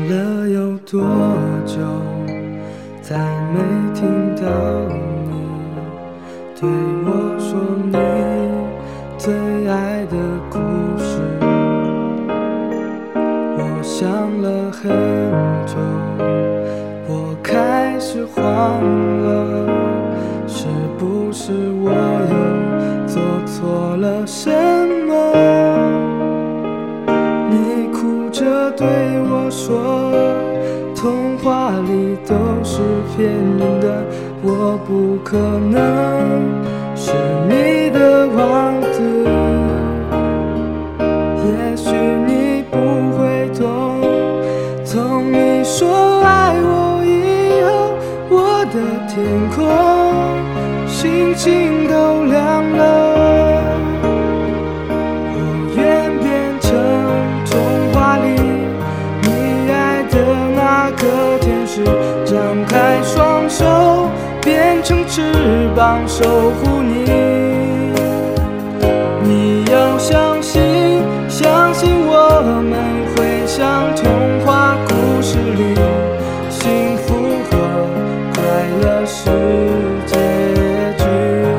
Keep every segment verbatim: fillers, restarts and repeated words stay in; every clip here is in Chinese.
了有多久，再没听到你对我说你最爱的故事。我想了很久，我开始慌了，是不是我又做错了什么？你哭着对我说，童话里都是骗人的，我不可能是你的王子。也许你不会懂，从你说爱我以后，我的天空星星都亮了。我愿变成童话里你爱的那个天使，张开双手变成翅膀守护你。你要相信，相信我们会像童话故事里，幸福和快乐是结局。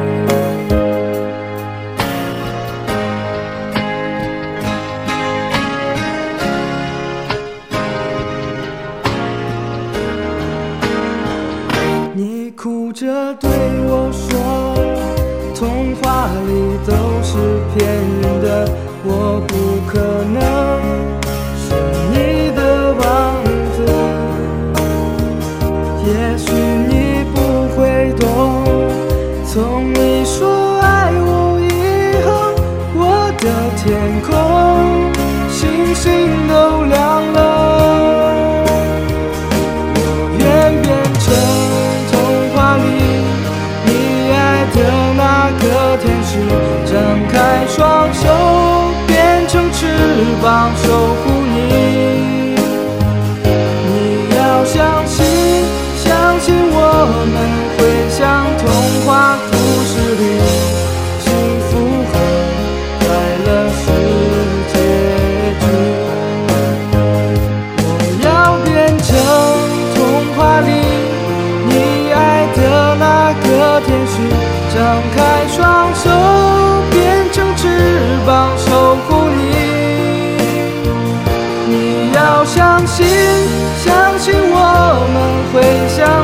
你哭着对我说，童话里都是骗人的，我不可能是你的王子。也许你不会懂，从你说爱我以后，我的天空星星都亮了。我愿变成童话里你爱的那个天使，张开双手变成翅膀守护你。你要相信，相信我们会像童话故事里，幸福和快乐是结局。我要变成童话里你爱的那个天使，张开双手变成翅膀守护你。你要相信，相信我们会像